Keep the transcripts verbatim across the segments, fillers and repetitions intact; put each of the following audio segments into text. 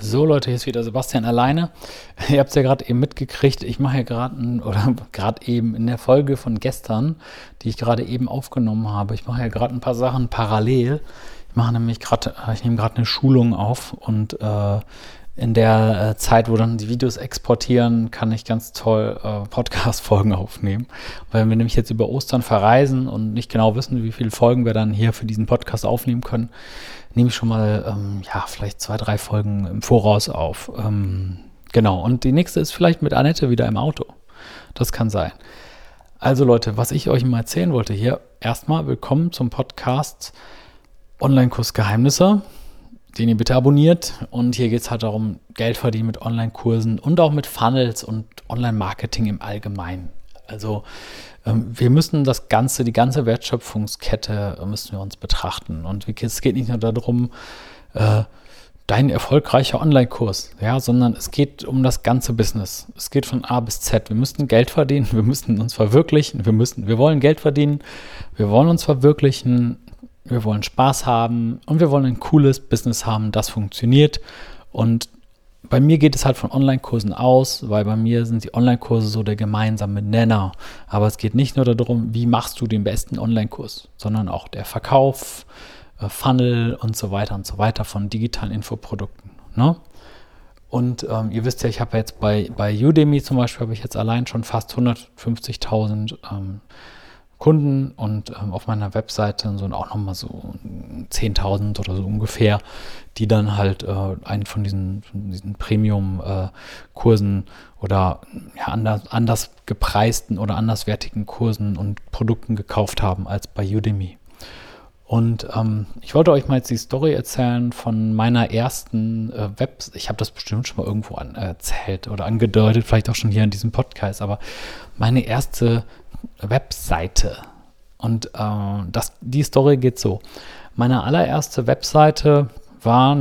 So Leute, hier ist wieder Sebastian alleine. Ihr habt es ja gerade eben mitgekriegt, ich mache ja gerade, oder gerade eben in der Folge von gestern, die ich gerade eben aufgenommen habe, ich mache ja gerade ein paar Sachen parallel. Ich mache nämlich gerade, ich nehme gerade eine Schulung auf und äh, in der äh, Zeit, wo dann die Videos exportieren, kann ich ganz toll äh, Podcast-Folgen aufnehmen. Weil wir nämlich jetzt über Ostern verreisen und nicht genau wissen, wie viele Folgen wir dann hier für diesen Podcast aufnehmen können, nehme ich schon mal, ähm, ja, vielleicht zwei, drei Folgen im Voraus auf. Ähm, genau, und die nächste ist vielleicht mit Annette wieder im Auto. Das kann sein. Also Leute, was ich euch mal erzählen wollte hier, erstmal willkommen zum Podcast Online-Kurs Geheimnisse, den ihr bitte abonniert. Und hier geht es halt darum, Geld verdienen mit Online-Kursen und auch mit Funnels und Online-Marketing im Allgemeinen. Also ähm, wir müssen das Ganze, die ganze Wertschöpfungskette äh, müssen wir uns betrachten. Und es geht nicht nur darum, äh, dein erfolgreicher Online-Kurs, ja, sondern es geht um das ganze Business. Es geht von A bis Z. Wir müssen Geld verdienen, wir müssen uns verwirklichen, wir müssen, wir wollen Geld verdienen, wir wollen uns verwirklichen, wir wollen Spaß haben und wir wollen ein cooles Business haben, das funktioniert. Und bei mir geht es halt von Online-Kursen aus, weil bei mir sind die Online-Kurse so der gemeinsame Nenner. Aber es geht nicht nur darum, wie machst du den besten Online-Kurs, sondern auch der Verkauf, äh, Funnel und so weiter und so weiter von digitalen Infoprodukten. Ne? Und ähm, ihr wisst ja, ich habe jetzt bei, bei Udemy zum Beispiel, habe ich jetzt allein schon fast hundertfünfzigtausend ähm, Kunden und ähm, auf meiner Webseite so auch nochmal so zehntausend oder so ungefähr, die dann halt äh, einen von diesen, von diesen Premium-Kursen äh, oder ja, anders, anders gepreisten oder anderswertigen Kursen und Produkten gekauft haben als bei Udemy. Und ähm, ich wollte euch mal jetzt die Story erzählen von meiner ersten äh, Web, ich habe das bestimmt schon mal irgendwo an, äh, erzählt oder angedeutet, vielleicht auch schon hier in diesem Podcast, aber meine erste Webseite. Und äh, das, die Story geht so. Meine allererste Webseite war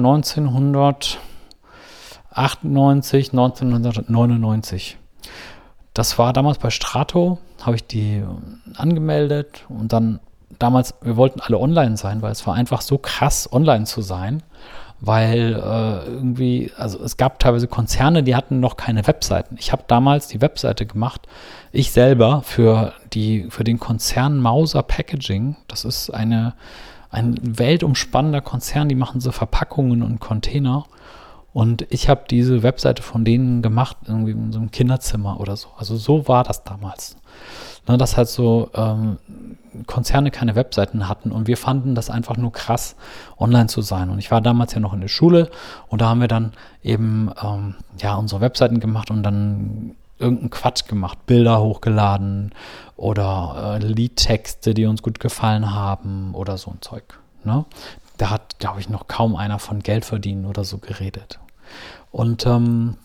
neunzehnhundertachtundneunzig, neunzehnhundertneunundneunzig. Das war damals bei Strato, habe ich die angemeldet und dann damals, wir wollten alle online sein, weil es war einfach so krass, online zu sein, weil äh, irgendwie, also es gab teilweise Konzerne, die hatten noch keine Webseiten. Ich habe damals die Webseite gemacht, ich selber, für, die, für den Konzern Mauser Packaging. Das ist eine, ein weltumspannender Konzern, die machen so Verpackungen und Container. Und ich habe diese Webseite von denen gemacht, irgendwie in so einem Kinderzimmer oder so. Also so war das damals. Ne, dass halt so ähm, Konzerne keine Webseiten hatten und wir fanden das einfach nur krass, online zu sein. Und ich war damals ja noch in der Schule und da haben wir dann eben ähm, ja unsere Webseiten gemacht und dann irgendeinen Quatsch gemacht, Bilder hochgeladen oder äh, Liedtexte, die uns gut gefallen haben oder so ein Zeug. Ne? Da hat, glaube ich, noch kaum einer von Geld verdienen oder so geredet. Und ähm,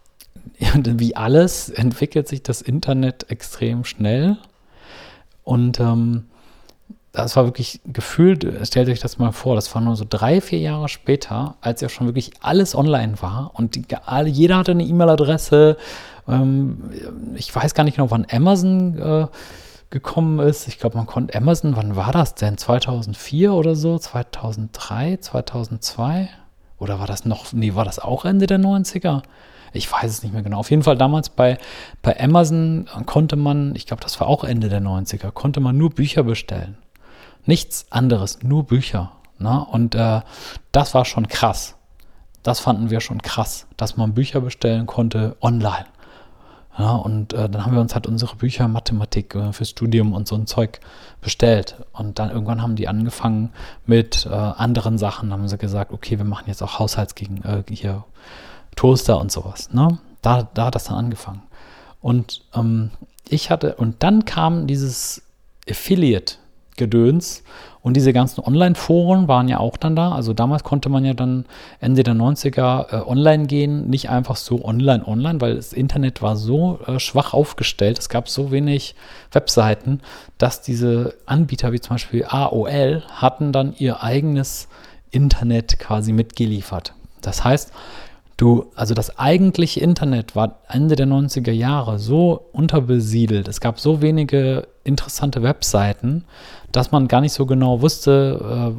wie alles entwickelt sich das Internet extrem schnell und ähm, das war wirklich gefühlt, stellt euch das mal vor, das war nur so drei, vier Jahre später, als ja schon wirklich alles online war und die, alle, jeder hatte eine E-Mail-Adresse. Ähm, ich weiß gar nicht noch, wann Amazon äh, gekommen ist. Ich glaube, man konnte Amazon, wann war das denn? zweitausendvier oder so? zweitausenddrei, zweitausendzwei? Oder war das noch, nee, war das auch Ende der neunziger? Ich weiß es nicht mehr genau. Auf jeden Fall damals bei, bei Amazon konnte man, ich glaube, das war auch Ende der neunziger, konnte man nur Bücher bestellen. Nichts anderes, nur Bücher. Ne? Und äh, das war schon krass. Das fanden wir schon krass, dass man Bücher bestellen konnte online. Ja, und äh, dann haben wir uns halt unsere Bücher Mathematik äh, fürs Studium und so ein Zeug bestellt. Und dann irgendwann haben die angefangen mit äh, anderen Sachen. Haben sie gesagt, okay, wir machen jetzt auch Haushaltsgegen, äh, hier Toaster und sowas. Ne? Da, da hat das dann angefangen. Und ähm, ich hatte, und dann kam dieses Affiliate-Gedöns und diese ganzen Online-Foren waren ja auch dann da. Also damals konnte man ja dann Ende der neunziger äh, online gehen, nicht einfach so online, online, weil das Internet war so äh, schwach aufgestellt. Es gab so wenig Webseiten, dass diese Anbieter wie zum Beispiel A O L hatten dann ihr eigenes Internet quasi mitgeliefert. Das heißt, Du, also das eigentliche Internet war Ende der neunziger Jahre so unterbesiedelt. Es gab so wenige interessante Webseiten, dass man gar nicht so genau wusste,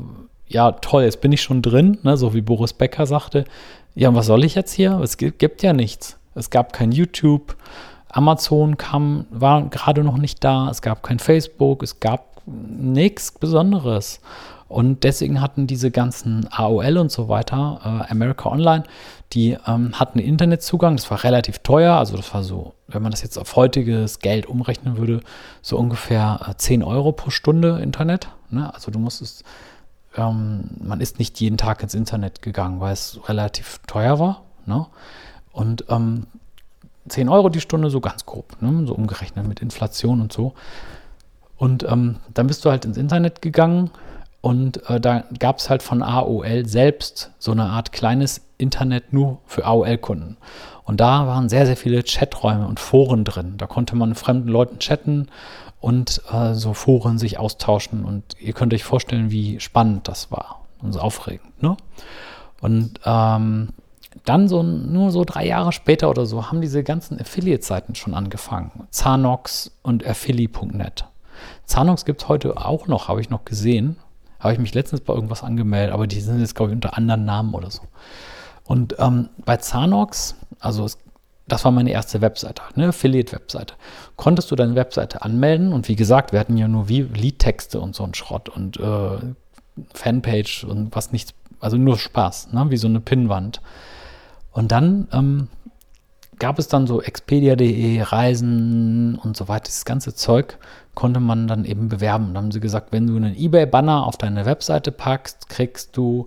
ja toll, jetzt bin ich schon drin, ne, so wie Boris Becker sagte, ja, und was soll ich jetzt hier? Es gibt, gibt ja nichts. Es gab kein YouTube, Amazon kam, war gerade noch nicht da, es gab kein Facebook, es gab nichts Besonderes. Und deswegen hatten diese ganzen A O L und so weiter, äh, America Online, die ähm, hatten Internetzugang, das war relativ teuer, also das war so, wenn man das jetzt auf heutiges Geld umrechnen würde, so ungefähr äh, zehn Euro pro Stunde Internet. Ne? Also du musstest, ähm, man ist nicht jeden Tag ins Internet gegangen, weil es relativ teuer war. Ne? Und ähm, zehn Euro die Stunde, so ganz grob, ne? So umgerechnet mit Inflation und so. Und ähm, dann bist du halt ins Internet gegangen. Und äh, da gab es halt von A O L selbst so eine Art kleines Internet nur für A O L-Kunden. Und da waren sehr, sehr viele Chaträume und Foren drin. Da konnte man mit fremden Leuten chatten und äh, so Foren sich austauschen. Und ihr könnt euch vorstellen, wie spannend das war und so aufregend. Ne? Und ähm, dann so nur so drei Jahre später oder so haben diese ganzen Affiliate-Seiten schon angefangen. Zanox und Affili Punkt net. Zanox gibt es heute auch noch, habe ich noch gesehen. Habe ich mich letztens bei irgendwas angemeldet, aber die sind jetzt, glaube ich, unter anderen Namen oder so. Und ähm, bei Zanox, also es, das war meine erste Webseite, eine Affiliate-Webseite, konntest du deine Webseite anmelden und wie gesagt, wir hatten ja nur wie Liedtexte und so einen Schrott und äh, Fanpage und was nichts, also nur Spaß, ne? Wie so eine Pinnwand. Und dann ähm, gab es dann so Expedia Punkt de, Reisen und so weiter, dieses ganze Zeug konnte man dann eben bewerben. Da haben sie gesagt, wenn du einen eBay-Banner auf deine Webseite packst, kriegst du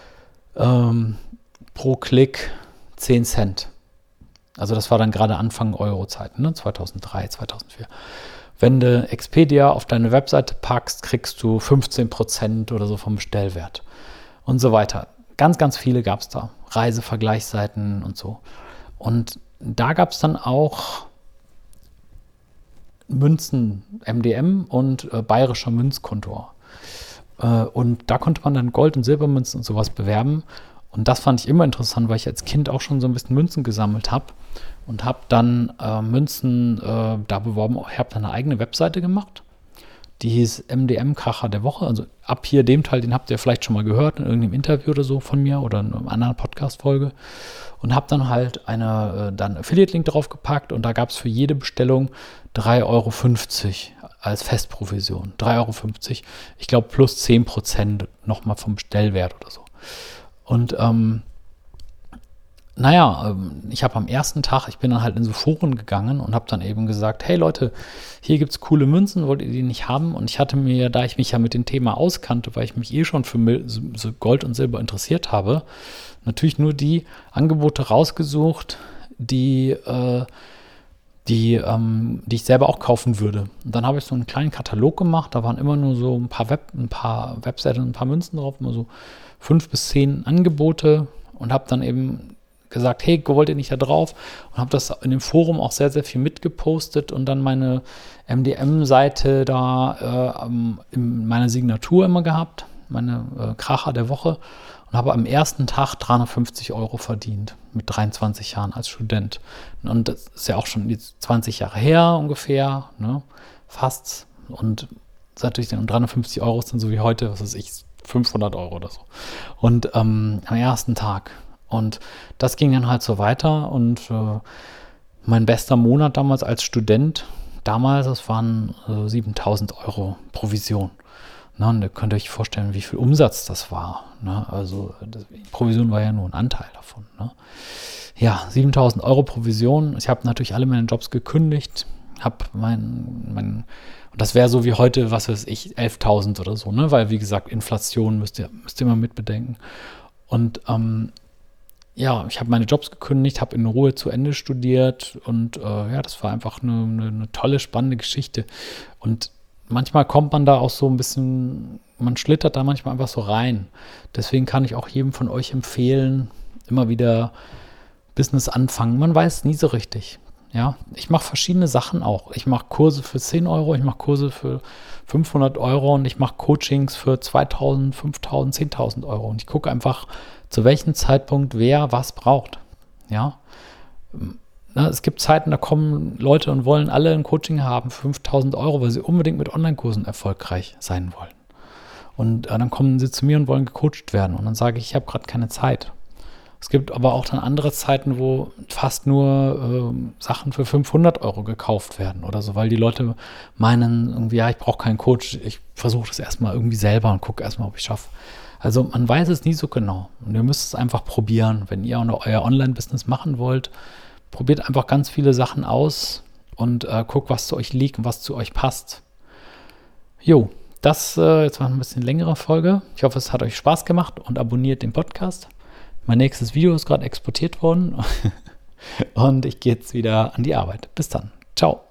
ähm, pro Klick zehn Cent. Also das war dann gerade Anfang Euro-Zeiten, ne? zweitausenddrei, zweitausendvier. Wenn du Expedia auf deine Webseite packst, kriegst du fünfzehn Prozent oder so vom Bestellwert und so weiter. Ganz, ganz viele gab es da. Reisevergleichsseiten und so. Und da gab es dann auch Münzen, M D M und äh, bayerischer Münzkontor. Äh, und da konnte man dann Gold- und Silbermünzen und sowas bewerben. Und das fand ich immer interessant, weil ich als Kind auch schon so ein bisschen Münzen gesammelt habe und habe dann äh, Münzen äh, da beworben. Ich habe dann eine eigene Webseite gemacht. Die hieß M D M-Kracher der Woche. Also ab hier dem Teil, den habt ihr vielleicht schon mal gehört in irgendeinem Interview oder so von mir oder in einer anderen Podcast-Folge. Und habe dann halt eine, dann Affiliate-Link drauf gepackt und da gab es für jede Bestellung drei Euro fünfzig als Festprovision. drei Euro fünfzig, ich glaube plus zehn Prozent nochmal vom Bestellwert oder so. Und ähm, naja, ich habe am ersten Tag, ich bin dann halt in so Foren gegangen und habe dann eben gesagt, hey Leute, hier gibt es coole Münzen, wollt ihr die nicht haben? Und ich hatte mir, da ich mich ja mit dem Thema auskannte, weil ich mich eh schon für so Gold und Silber interessiert habe, natürlich nur die Angebote rausgesucht, die, äh, die, ähm, die ich selber auch kaufen würde. Und dann habe ich so einen kleinen Katalog gemacht, da waren immer nur so ein paar Web, ein paar Webseiten und ein paar Münzen drauf, immer so fünf bis zehn Angebote und habe dann eben gesagt, hey, wollt ihr nicht da drauf? Und habe das in dem Forum auch sehr, sehr viel mitgepostet und dann meine M D M-Seite da äh, in meiner Signatur immer gehabt, meine äh, Kracher der Woche und habe am ersten Tag dreihundertfünfzig Euro verdient mit dreiundzwanzig Jahren als Student. Und das ist ja auch schon jetzt zwanzig Jahre her ungefähr, ne? Fast. Und das ist natürlich dann dreihundertfünfzig Euro ist dann so wie heute, was weiß ich, fünfhundert Euro oder so. Und ähm, am ersten Tag. Und das ging dann halt so weiter und äh, mein bester Monat damals als Student, damals, das waren äh, siebentausend Euro Provision. Na, und da könnt ihr euch vorstellen, wie viel Umsatz das war. Ne? Also das, Provision war ja nur ein Anteil davon. Ne? Ja, siebentausend Euro Provision. Ich habe natürlich alle meine Jobs gekündigt, habe mein, mein und das wäre so wie heute, was weiß ich, elftausend oder so, ne? Weil wie gesagt, Inflation müsst ihr, müsst ihr immer mitbedenken. Und ähm, ja, ich habe meine Jobs gekündigt, habe in Ruhe zu Ende studiert und äh, ja, das war einfach eine, eine, eine tolle, spannende Geschichte. Und manchmal kommt man da auch so ein bisschen, man schlittert da manchmal einfach so rein. Deswegen kann ich auch jedem von euch empfehlen, immer wieder Business anfangen. Man weiß nie so richtig. Ja, ich mache verschiedene Sachen auch. Ich mache Kurse für zehn Euro, ich mache Kurse für fünfhundert Euro und ich mache Coachings für zweitausend, fünftausend, zehntausend Euro. Und ich gucke einfach, zu welchem Zeitpunkt wer was braucht. Ja, es gibt Zeiten, da kommen Leute und wollen alle ein Coaching haben für fünftausend Euro, weil sie unbedingt mit Online-Kursen erfolgreich sein wollen. Und äh, dann kommen sie zu mir und wollen gecoacht werden. Und dann sage ich, ich habe gerade keine Zeit. Es gibt aber auch dann andere Zeiten, wo fast nur äh, Sachen für fünfhundert Euro gekauft werden oder so, weil die Leute meinen, irgendwie, ja, ich brauche keinen Coach, ich versuche das erstmal irgendwie selber und gucke erstmal, ob ich es schaffe. Also man weiß es nie so genau. Und ihr müsst es einfach probieren. Wenn ihr euer Online-Business machen wollt, probiert einfach ganz viele Sachen aus und äh, guckt, was zu euch liegt und was zu euch passt. Jo, das äh, jetzt war ein bisschen längere Folge. Ich hoffe, es hat euch Spaß gemacht und abonniert den Podcast. Mein nächstes Video ist gerade exportiert worden und ich gehe jetzt wieder an die Arbeit. Bis dann. Ciao.